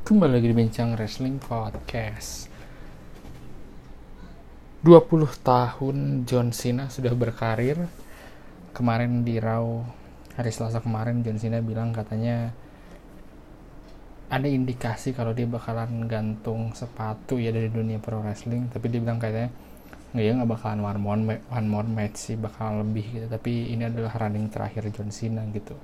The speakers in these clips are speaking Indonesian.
Kembali lagi di Bincang Wrestling Podcast. 20 tahun John Cena sudah berkarir. Kemarin di Raw hari Selasa kemarin John Cena bilang katanya ada indikasi kalau dia bakalan gantung sepatu ya dari dunia pro wrestling, tapi dia bilang katanya nggak bakalan one more match sih, bakalan lebih gitu, tapi ini adalah running terakhir John Cena gitu.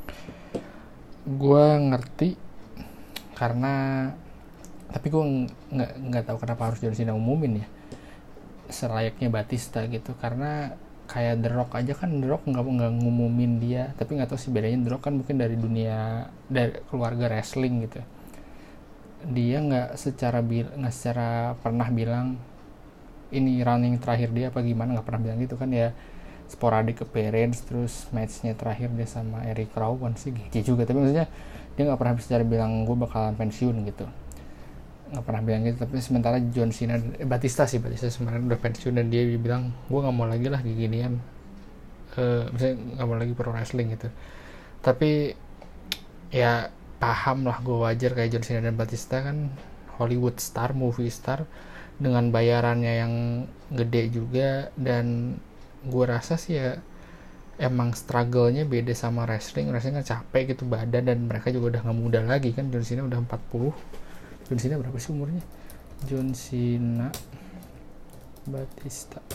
Gue ngerti karena tapi gue nggak tahu kenapa harus John Cena umumin ya, selayaknya Batista gitu, karena kayak The Rock aja kan, The Rock nggak ngumumin dia, tapi nggak tahu sih bedanya. The Rock kan mungkin dari keluarga wrestling gitu, dia nggak secara pernah bilang ini running terakhir dia apa gimana, nggak pernah bilang gitu kan ya, sporadik appearance. Terus matchnya terakhir dia sama Eric Rowan sih gitu juga, tapi maksudnya dia nggak pernah secara bilang gue bakalan pensiun gitu, nggak pernah bilang gitu. Tapi sementara John Cena, Batista sebenarnya udah pensiun dan dia bilang gue nggak mau lagi lah ginian, misalnya nggak mau lagi pro wrestling gitu. Tapi ya paham lah gue, wajar, kayak John Cena dan Batista kan Hollywood star, movie star dengan bayarannya yang gede juga, dan gue rasa sih ya emang struggle-nya beda sama wrestling kan capek gitu badan, dan mereka juga udah gak muda lagi kan. John Cena udah 40. John Cena berapa sih umurnya? John Cena, Batista.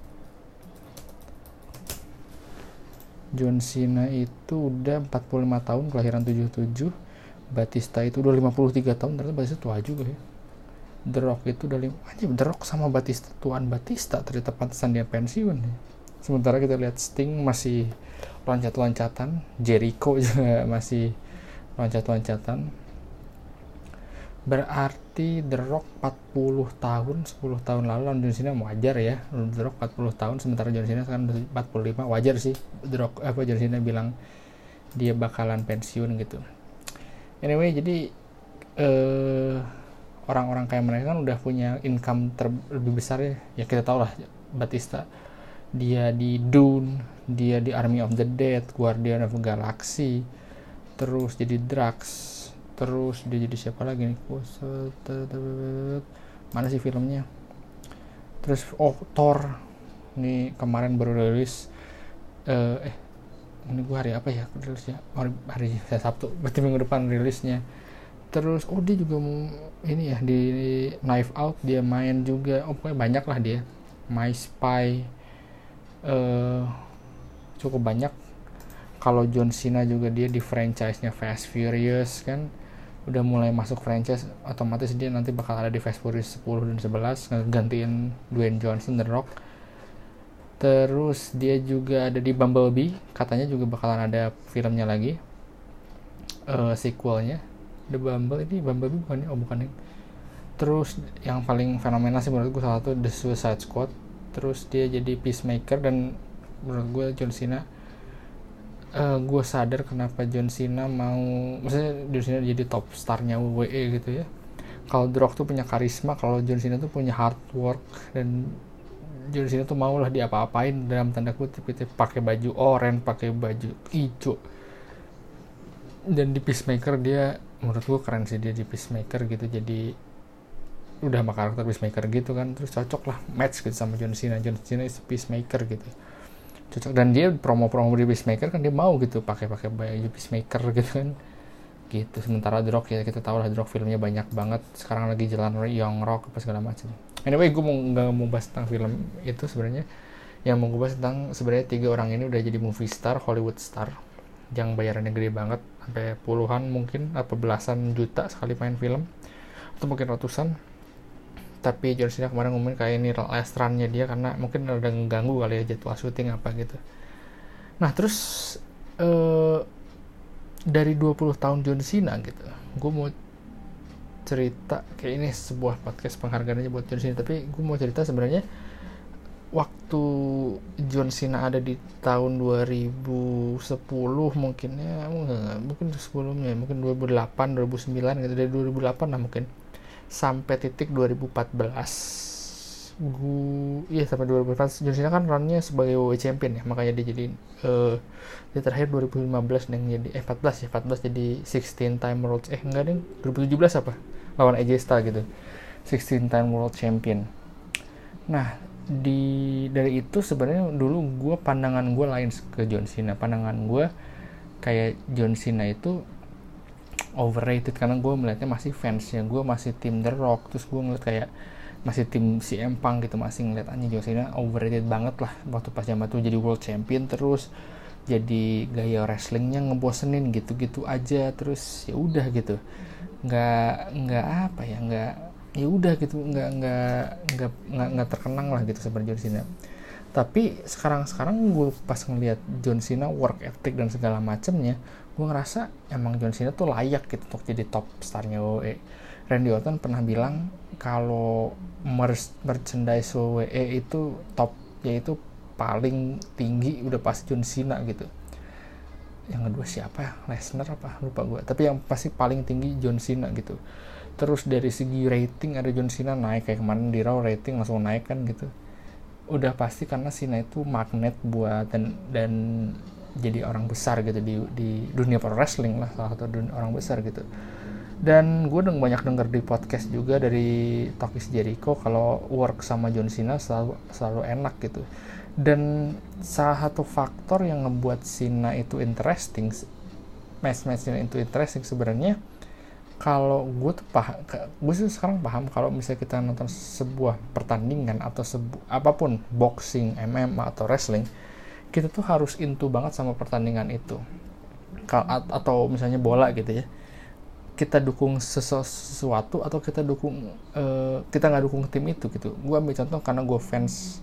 John Cena itu udah 45 tahun, kelahiran 77. Batista itu udah 53 tahun, ternyata Batista tua juga ya. The Rock itu udah The Rock sama Batista, tuan Batista, ternyata pantesan dia pensiun ya. Sementara kita lihat Sting masih loncat-loncatan, Jericho juga masih loncat-loncatan. Berarti The Rock 40 tahun, 10 tahun lalu lawan John Cena, wajar ya. The Rock 40 tahun, sementara John Cena sekarang 45, wajar sih The Rock John Cena bilang dia bakalan pensiun gitu. Anyway, jadi orang-orang kayak mereka kan udah punya income lebih besar ya. Ya kita tahu lah Batista, dia di Dune, dia di Army of the Dead, Guardian of the Galaxy, terus jadi Drax, terus dia jadi siapa lagi nih, mana sih filmnya, terus Thor ini kemarin baru rilis, ini gue hari apa ya rilisnya, hari Sabtu, berarti minggu depan rilisnya. Terus dia juga ini ya di Knife Out dia main juga, pokoknya banyak lah dia, My Spy, cukup banyak. Kalau John Cena juga dia di franchise-nya Fast Furious kan, udah mulai masuk franchise, otomatis dia nanti bakal ada di Fast Furious 10 dan 11 gantiin Dwayne Johnson, The Rock. Terus dia juga ada di Bumblebee, katanya juga bakalan ada filmnya lagi, sequelnya. The Bumblebee bukan ya? Bukan ya. Terus yang paling fenomenal sih menurut gue salah satu The Suicide Squad. Terus dia jadi Peacemaker, dan menurut gue John Cena, gue sadar kenapa John Cena mau, maksudnya John Cena jadi top starnya WWE gitu ya. Kalau The Rock tuh punya karisma, kalau John Cena tuh punya hard work, dan John Cena tuh mau lah diapa-apain dalam tanda kutip gitu, pakai baju oranye, pakai baju hijau. Dan di Peacemaker dia, menurut gue keren sih dia di Peacemaker gitu, jadi udah sama karakter Peacemaker gitu kan, terus cocok lah match gitu sama John Cena is Peacemaker gitu, cocok. Dan dia promo di Peacemaker kan dia mau gitu pakai baju Peacemaker gitu kan gitu. Sementara The Rock ya kita tahu lah, The Rock filmnya banyak banget sekarang, lagi jalan Young Rock apa segala macam. Anyway, gue nggak mau bahas tentang film itu sebenarnya. Yang mau gue bahas tentang sebenarnya 3 orang ini udah jadi movie star, Hollywood star, yang bayarannya gede banget, sampai puluhan mungkin apa belasan juta sekali main film, atau mungkin ratusan. Tapi John Cena kemarin ngomongin kayak ini last run-nya dia, karena mungkin ada ngeganggu kali ya jadwal syuting apa gitu. Nah terus dari 20 tahun John Cena gitu, gue mau cerita, kayak ini sebuah podcast penghargaan aja buat John Cena, tapi gue mau cerita sebenarnya waktu John Cena ada di tahun 2010 mungkin ya, mungkin sebelumnya, mungkin 2008, 2009 gitu, dari 2008 lah mungkin sampai titik 2014 Iya sampai 2014 John Cena kan runnya sebagai WWE Champion ya, makanya dia jadi dia terakhir 2015 yang jadi 14 jadi 16 time world enggak deh 2017 apa lawan AJ Styles gitu 16 time world champion. Nah dari itu sebenarnya dulu pandangan gue lain ke John Cena. Pandangan gue kayak John Cena itu overrated karena gue melihatnya masih fansnya, gue masih tim The Rock, terus gue ngeliat kayak masih tim CM Punk gitu, masih ngeliat anjing John Cena overrated banget lah waktu pas zaman itu jadi world champion, terus jadi gaya wrestlingnya ngebosenin gitu-gitu aja, terus ya udah gitu, nggak apa ya, nggak ya udah gitu, nggak terkenang lah gitu seperti John Cena. Tapi sekarang gue pas ngeliat John Cena work ethic dan segala macemnya, gue ngerasa emang John Cena tuh layak gitu untuk jadi top starnya WWE. Randy Orton pernah bilang kalau merchandise WWE itu top, yaitu paling tinggi udah pasti John Cena gitu. Yang kedua siapa ya, Lesnar apa lupa gue, tapi yang pasti paling tinggi John Cena gitu. Terus dari segi rating ada John Cena naik, kayak kemarin di Raw rating langsung naik kan gitu, udah pasti karena Cena itu magnet buat dan jadi orang besar gitu di dunia pro wrestling lah, salah satu orang besar gitu. Dan gue banyak denger di podcast juga dari Talk is Jericho kalau work sama John Cena selalu enak gitu. Dan salah satu faktor yang ngebuat Cena itu interesting, match-matchnya itu interesting sebenarnya, kalau gue tuh sekarang paham kalau misalnya kita nonton sebuah pertandingan atau apapun, boxing, MMA atau wrestling, kita tuh harus into banget sama pertandingan itu. Atau misalnya bola gitu ya, kita dukung sesuatu atau kita nggak dukung tim itu gitu. Gue ambil contoh karena gue fans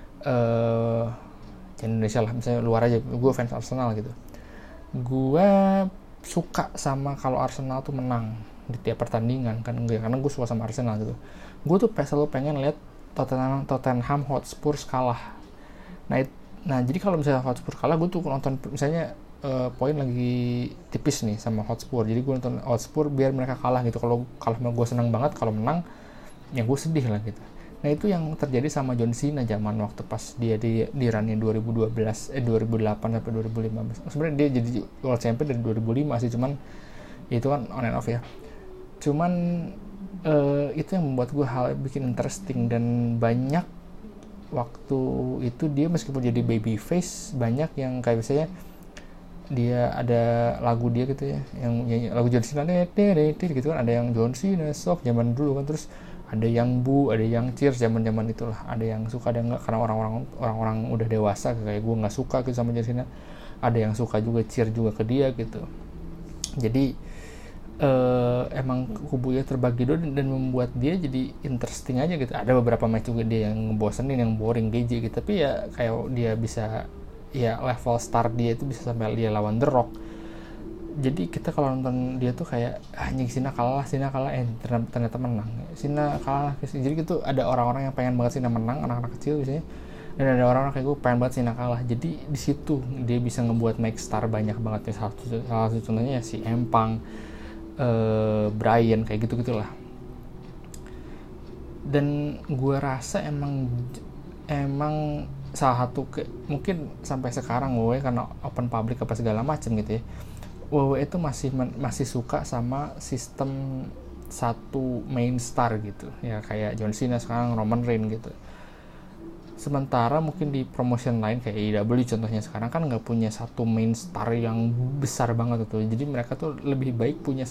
Indonesia lah, misalnya luar aja, gue fans Arsenal gitu. Gue suka sama kalau Arsenal tuh menang di tiap pertandingan kan, karena gue suka sama Arsenal gitu. Gue tuh selalu pengen lihat Tottenham Hotspur kalah. Nah jadi kalau misalnya Hotspur kalah, gue tuh nonton misalnya poin lagi tipis nih sama Hotspur, jadi gue nonton Hotspur biar mereka kalah gitu. Kalau kalah gue senang banget, kalau menang ya gue sedih lah gitu. Nah itu yang terjadi sama John Cena zaman waktu pas dia di runnya 2008 sampai 2015. Sebenarnya dia jadi world champion dari 2005 sih, cuman itu kan on and off ya. Cuman itu yang membuat gue bikin interesting, dan banyak waktu itu dia meskipun jadi baby face, banyak yang kayak misalnya dia ada lagu dia gitu ya, yang nyanyi lagu John Cena gitu kan, ada yang John Cena sok zaman dulu kan, terus ada yang ada yang cheers zaman itulah, ada yang suka ada yang enggak, karena orang-orang udah dewasa kayak gue nggak suka gitu sama John Cena, ada yang suka juga cheer juga ke dia gitu. Jadi emang kubunya terbagi dua dan membuat dia jadi interesting aja gitu. Ada beberapa match juga dia yang ngebosenin, yang boring GJ gitu, tapi ya kayak dia bisa, ya level star dia itu bisa sampai dia lawan The Rock. Jadi kita kalau nonton dia tuh kayak anjing Cena kalah ternyata menang, Cena kalah. Jadi gitu, ada orang-orang yang pengen banget Cena menang, anak-anak kecil biasanya, dan ada orang-orang kayak gue pengen banget Cena kalah. Jadi di situ dia bisa ngebuat make star banyak banget ya. Salah satu contohnya ya si Empang, Brian, kayak gitu-gitulah. Dan gue rasa emang salah satu mungkin sampai sekarang gue karena open public apa segala macam gitu ya, WWE itu masih suka sama sistem satu main star gitu ya, kayak John Cena sekarang, Roman Reigns gitu. Sementara mungkin di promotion lain kayak AEW contohnya sekarang kan nggak punya satu main star yang besar banget tuh. Jadi mereka tuh lebih baik punya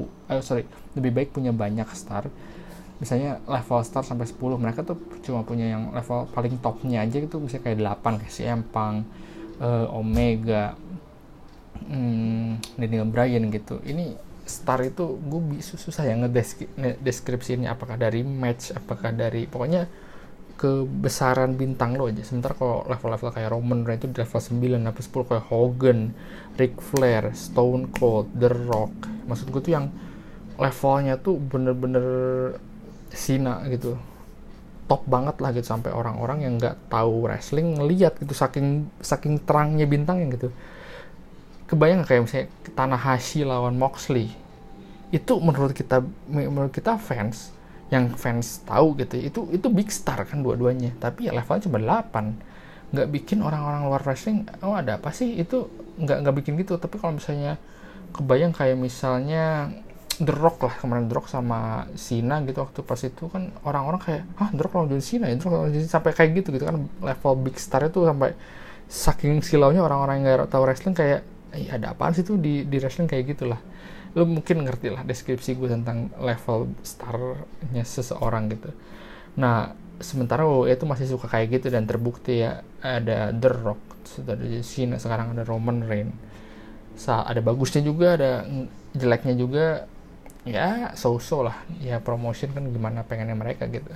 banyak star. Misalnya level star sampai 10, mereka tuh cuma punya yang level paling topnya aja gitu, misalnya kayak 8 kayak si Empang, Omega, Daniel Bryan gitu. Ini star itu gue susah ya ngedeskripsinya, apakah dari match, apakah dari pokoknya kebesaran bintang lo aja. Sementara kalau level-level kayak Roman Reigns itu di level 9 sampai 10, kayak Hogan, Ric Flair, Stone Cold, The Rock. Maksud gue tuh yang levelnya tuh bener-bener Cena gitu, top banget lah gitu, sampai orang-orang yang nggak tahu wrestling ngeliat gitu, saking terangnya bintangnya gitu. Kebayang kayak misalnya Tanahashi lawan Moxley, itu menurut kita fans yang fans tahu gitu. Itu big star kan dua-duanya, tapi ya levelnya cuma 8. Nggak bikin orang-orang luar wrestling, oh ada apa sih, itu nggak bikin gitu. Tapi kalau misalnya kebayang kayak misalnya The Rock lah, kemarin The Rock sama Cena gitu, waktu pas itu kan orang-orang kayak, The Rock lawan John Cena ya, The Rock lawan John Cena, sampai kayak gitu kan, level big star itu sampai saking silaunya orang-orang yang nggak tahu wrestling kayak, ada apaan sih tuh di wrestling kayak gitulah. Lu mungkin ngerti lah deskripsi gue tentang level starnya seseorang gitu. Nah, sementara WWE itu masih suka kayak gitu, dan terbukti ya, ada The Rock, ada Cena, sekarang ada Roman Reigns. Ada bagusnya juga, ada jeleknya juga, ya so-so lah ya, promotion kan gimana pengennya mereka gitu.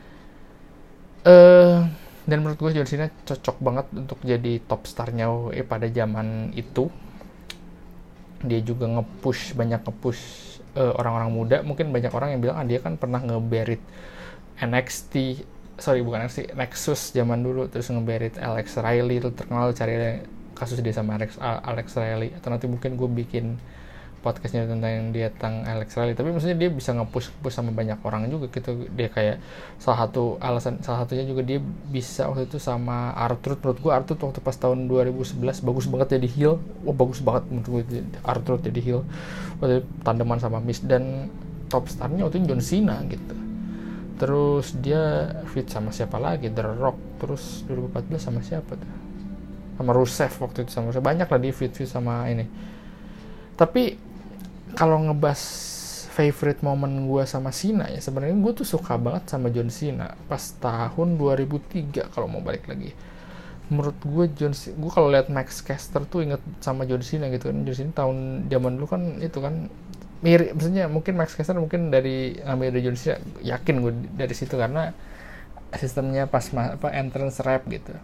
Dan menurut gue John Cena cocok banget untuk jadi top starnya WWE pada zaman itu. Dia juga banyak nge-push orang-orang muda. Mungkin banyak orang yang bilang dia kan pernah nge-berit Nexus zaman dulu, terus nge-berit Alex Riley, itu terkenal, cari kasus dia sama Alex Riley, atau nanti mungkin gue bikin podcastnya tentang dia tentang Alex Riley. Tapi maksudnya dia bisa nge-push sama banyak orang juga gitu. Dia kayak salah satunya juga dia bisa waktu itu sama R-Truth. Menurut gue R-Truth waktu pas tahun 2011 bagus banget jadi heel. Bagus banget menurut gue R-Truth jadi heel waktu tandeman sama Miz, dan top starnya waktu itu John Cena gitu. Terus dia feud sama siapa lagi, The Rock. Terus 2014 sama siapa tuh, sama Rusev waktu itu, sama Rusev. Banyak lah dia feud sama ini. Tapi kalau ngebahas favorite moment gue sama Cena ya, sebenarnya gue tuh suka banget sama John Cena pas tahun 2003 kalau mau balik lagi. Menurut gue gue kalau lihat Max Caster tuh inget sama John Cena gitu kan. John Cena tahun zaman dulu kan itu kan mirip, maksudnya mungkin Max Caster mungkin dari ambil dari John Cena, yakin gue dari situ karena sistemnya pas entrance rap gitu.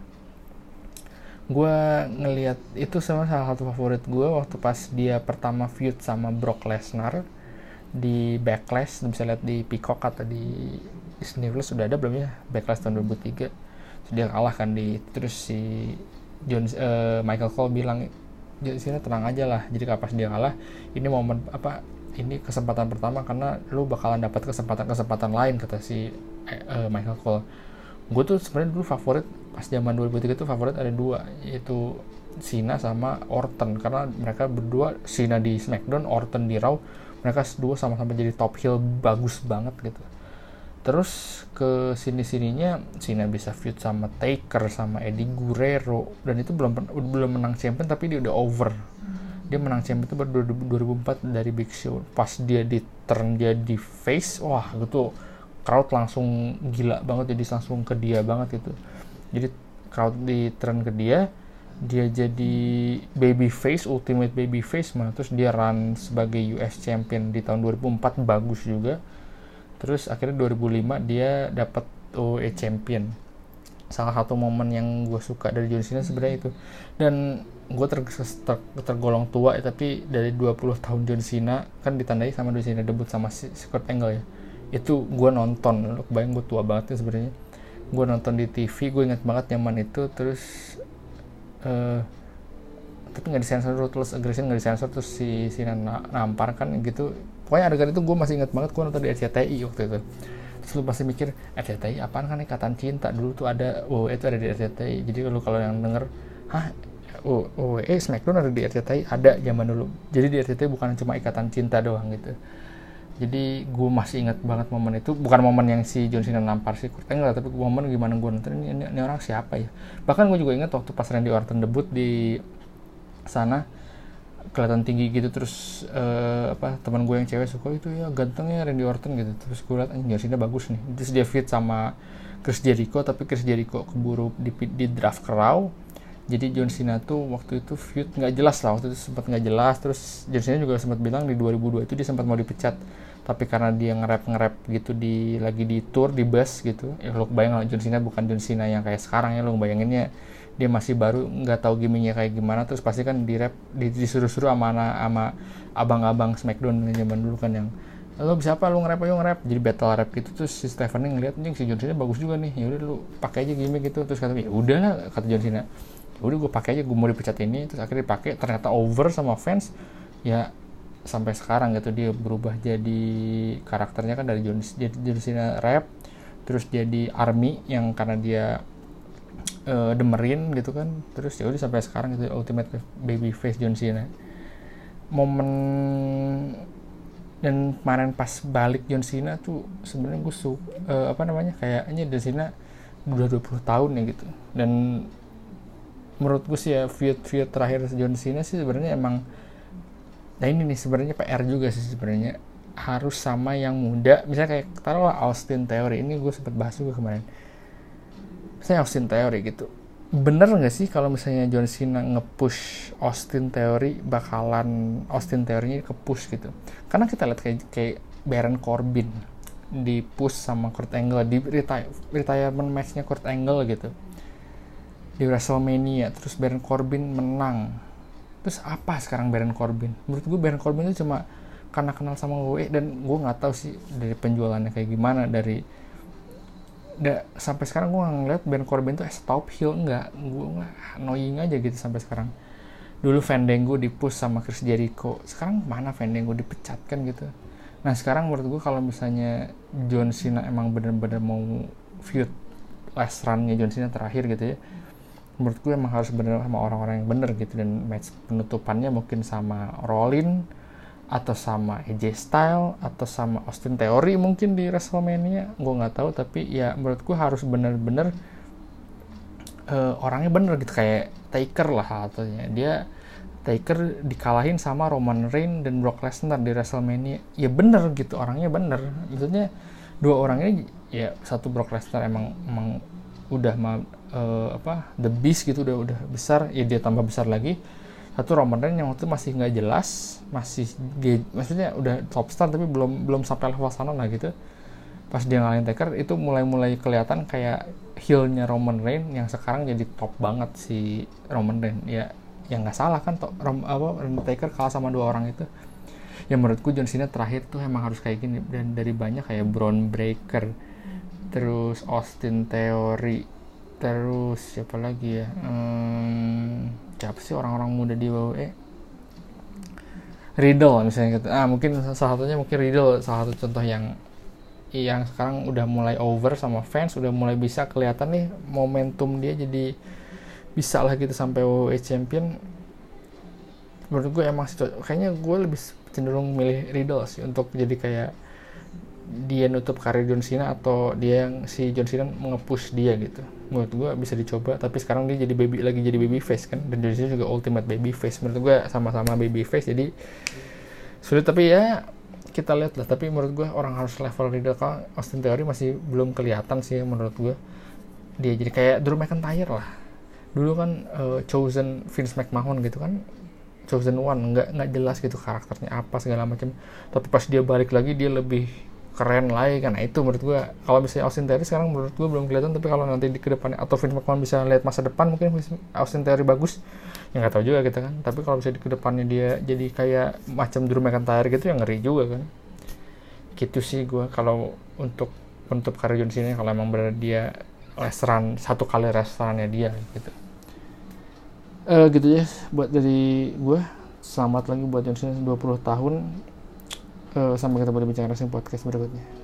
Gue ngelihat itu sama salah satu favorit gue waktu pas dia pertama feud sama Brock Lesnar di Backlash. Bisa lihat di Peacock atau di Disney Plus, sudah ada belum ya, Backlash tahun 2003. Terus dia kalah kan terus si Michael Cole bilang, John Cena tenang aja lah. Jadi pas dia kalah, ini momen ini kesempatan pertama karena lu bakalan dapat kesempatan lain, kata si Michael Cole. Gue tuh sebenarnya dulu favorit pas zaman 2003 tuh favorit ada dua, yaitu Cena sama Orton, karena mereka berdua, Cena di SmackDown, Orton di Raw, mereka dua sama-sama jadi top heel bagus banget gitu. Terus ke sininya Cena bisa feud sama Taker, sama Eddie Guerrero, dan itu belum menang champion tapi dia udah over. Dia menang champion itu baru 2004 dari Big Show. Pas dia di turn jadi face, wah gitu, crowd langsung gila banget, jadi langsung ke dia banget gitu. Jadi crowd di turn ke dia jadi baby face, ultimate baby face mah. Terus dia run sebagai US champion di tahun 2004, bagus juga. Terus akhirnya 2005 dia dapat WWE champion. Salah satu momen yang gue suka dari John Cena sebenarnya itu. Dan gue tergolong tua ya, tapi dari 20 tahun John Cena kan ditandai sama John Cena debut sama Kurt Angle ya. Itu gue nonton, kebayang gue tua banget ya sebenarnya. Gue nonton di TV, gue ingat banget nyaman itu. Terus tapi nggak disensor, terus aggression nggak disensor, terus si Cena nampar kan gitu. Pokoknya adegan itu gue masih ingat banget, gue nonton di RCTI waktu itu. Terus lu pasti mikir, RCTI apaan kan, Ikatan Cinta dulu tuh ada, itu ada di RCTI. Jadi kalau yang denger, SmackDown ada di RCTI, ada zaman dulu. Jadi di RCTI bukan cuma Ikatan Cinta doang gitu. Jadi gue masih ingat banget momen itu. Bukan momen yang si John Cena nampar si Kurt Angle, tapi momen gimana gue nonton ini orang siapa ya. Bahkan gue juga ingat waktu pas Randy Orton debut di sana, kelihatan tinggi gitu. Terus teman gue yang cewek suka itu, ya gantengnya Randy Orton gitu. Terus gue liat John Cena bagus nih. Terus dia feud sama Chris Jericho, tapi Chris Jericho keburu di draft ke Raw. Jadi John Cena tuh waktu itu feud nggak jelas lah, waktu itu sempat nggak jelas. Terus John Cena juga sempat bilang di 2002 itu dia sempat mau dipecat, tapi karena dia nge-rap gitu lagi di tour di bus gitu. Ya lo bayang lah, John Cena bukan John Cena yang kayak sekarang ya, lo bayanginnya dia masih baru, nggak tahu gimmicknya kayak gimana. Terus pasti kan disuruh-suruh sama abang-abang SmackDown zaman dulu kan, yang lo bisa apa, lo nge-rap, jadi battle rap gitu. Terus si Stephanie ngeliat, si John Cena bagus juga nih, yaudah lo pakai aja gimmick gitu. Terus kata, ya udahlah, kata John Cena, udah gue pakai aja, gue mau dipecat ini. Terus akhirnya dipakai, ternyata over sama fans ya. sampai sekarang gitu. Dia berubah jadi karakternya kan dari John Cena rap terus jadi Army yang karena dia demerin gitu kan, terus ya udah sampai sekarang gitu ultimate babyface John Cena. Momen dan kemarin pas balik John Cena tuh sebenarnya gue kayaknya John Cena udah 20 tahun ya gitu. Dan menurut gue sih ya feud terakhir John Cena sih sebenarnya emang, nah ini nih sebenarnya PR juga sih sebenarnya, harus sama yang muda. Misalnya kayak taruhlah Austin Theory, ini gue sempat bahas juga kemarin. Misalnya Austin Theory gitu, bener nggak sih kalau misalnya John Cena nge-push Austin Theory, bakalan Austin Theory-nya ke-push gitu? Karena kita lihat kayak Baron Corbin di push sama Kurt Angle di retirement match-nya Kurt Angle gitu di WrestleMania, terus Baron Corbin menang. Terus apa sekarang Baron Corbin? Menurut gue Baron Corbin itu cuma karena kenal sama WWE, dan gue nggak tahu sih dari penjualannya kayak gimana, sampai sekarang gue nggak ngeliat Baron Corbin tuh top heel, gue annoying aja gitu sampai sekarang. Dulu Fandango di-push sama Chris Jericho, sekarang mana Fandango, dipecat kan gitu. Nah sekarang menurut gue kalau misalnya John Cena emang bener-bener mau feud last run-nya John Cena terakhir gitu ya, menurut gue emang harus bener sama orang-orang yang bener gitu, dan match penutupannya mungkin sama Rollins atau sama AJ Styles atau sama Austin Theory mungkin di WrestleMania, gue nggak tahu. Tapi ya menurut gue harus bener-bener orangnya bener gitu, kayak Taker lah ataunya. Dia Taker dikalahin sama Roman Reigns dan Brock Lesnar di WrestleMania, ya bener gitu, orangnya bener. Maksudnya dua orang ini ya, satu Brock Lesnar emang udah the beast gitu, udah besar ya, dia tambah besar lagi. Satu Roman Reigns yang waktu itu masih nggak jelas, maksudnya udah top star tapi belum sampai level sana lah gitu. Pas dia ngalahin Taker itu mulai kelihatan kayak heel-nya Roman Reigns, yang sekarang jadi top banget si Roman Reigns. Ya yang nggak salah kan, Taker kalah sama dua orang itu. Ya menurutku John Cena terakhir tuh emang harus kayak gini. Dan dari banyak kayak Braun Breaker, terus Austin Theory, terus siapa lagi ya, siapa sih orang-orang muda di WWE, Riddle misalnya gitu. Mungkin salah satunya Riddle, salah satu contoh yang sekarang udah mulai over sama fans, udah mulai bisa kelihatan nih momentum dia, jadi bisa lah gitu sampai WWE Champion. Menurut gue emang kayaknya gue lebih cenderung milih Riddle sih untuk jadi kayak dia nutup karir John Cena, atau dia yang si John Cena nge-push dia gitu. Menurut gue bisa dicoba, tapi sekarang dia jadi baby face kan, dan John Cena juga ultimate baby face. Menurut gue sama-sama baby face, jadi sulit. Tapi ya kita lihat lah. Tapi menurut gue orang harus level Riddle. Kalau Austin Theory masih belum kelihatan sih menurut gue. Dia jadi kayak Drew McIntyre lah. Dulu kan chosen Vince McMahon gitu kan, chosen one, nggak jelas gitu karakternya apa segala macam. Tapi pas dia balik lagi dia lebih keren lagi kan. Nah itu menurut gue, kalau misalnya Austin Theory sekarang menurut gue belum kelihatan, tapi kalau nanti di kedepannya atau Vince McMahon bisa lihat masa depan, mungkin Austin Theory bagus, ya nggak tahu juga kita kan. Tapi kalau misalnya di kedepannya dia jadi kayak macam Drew McIntyre gitu, ya ngeri juga kan. Gitu sih gue kalau untuk penutup karir John Cena, kalau emang benar dia satu kali restorannya dia gitu. Gitu ya buat dari gue. Selamat lagi buat John Cena 20 tahun. Sampai ketemu di Bincang Wrestling Podcast berikutnya.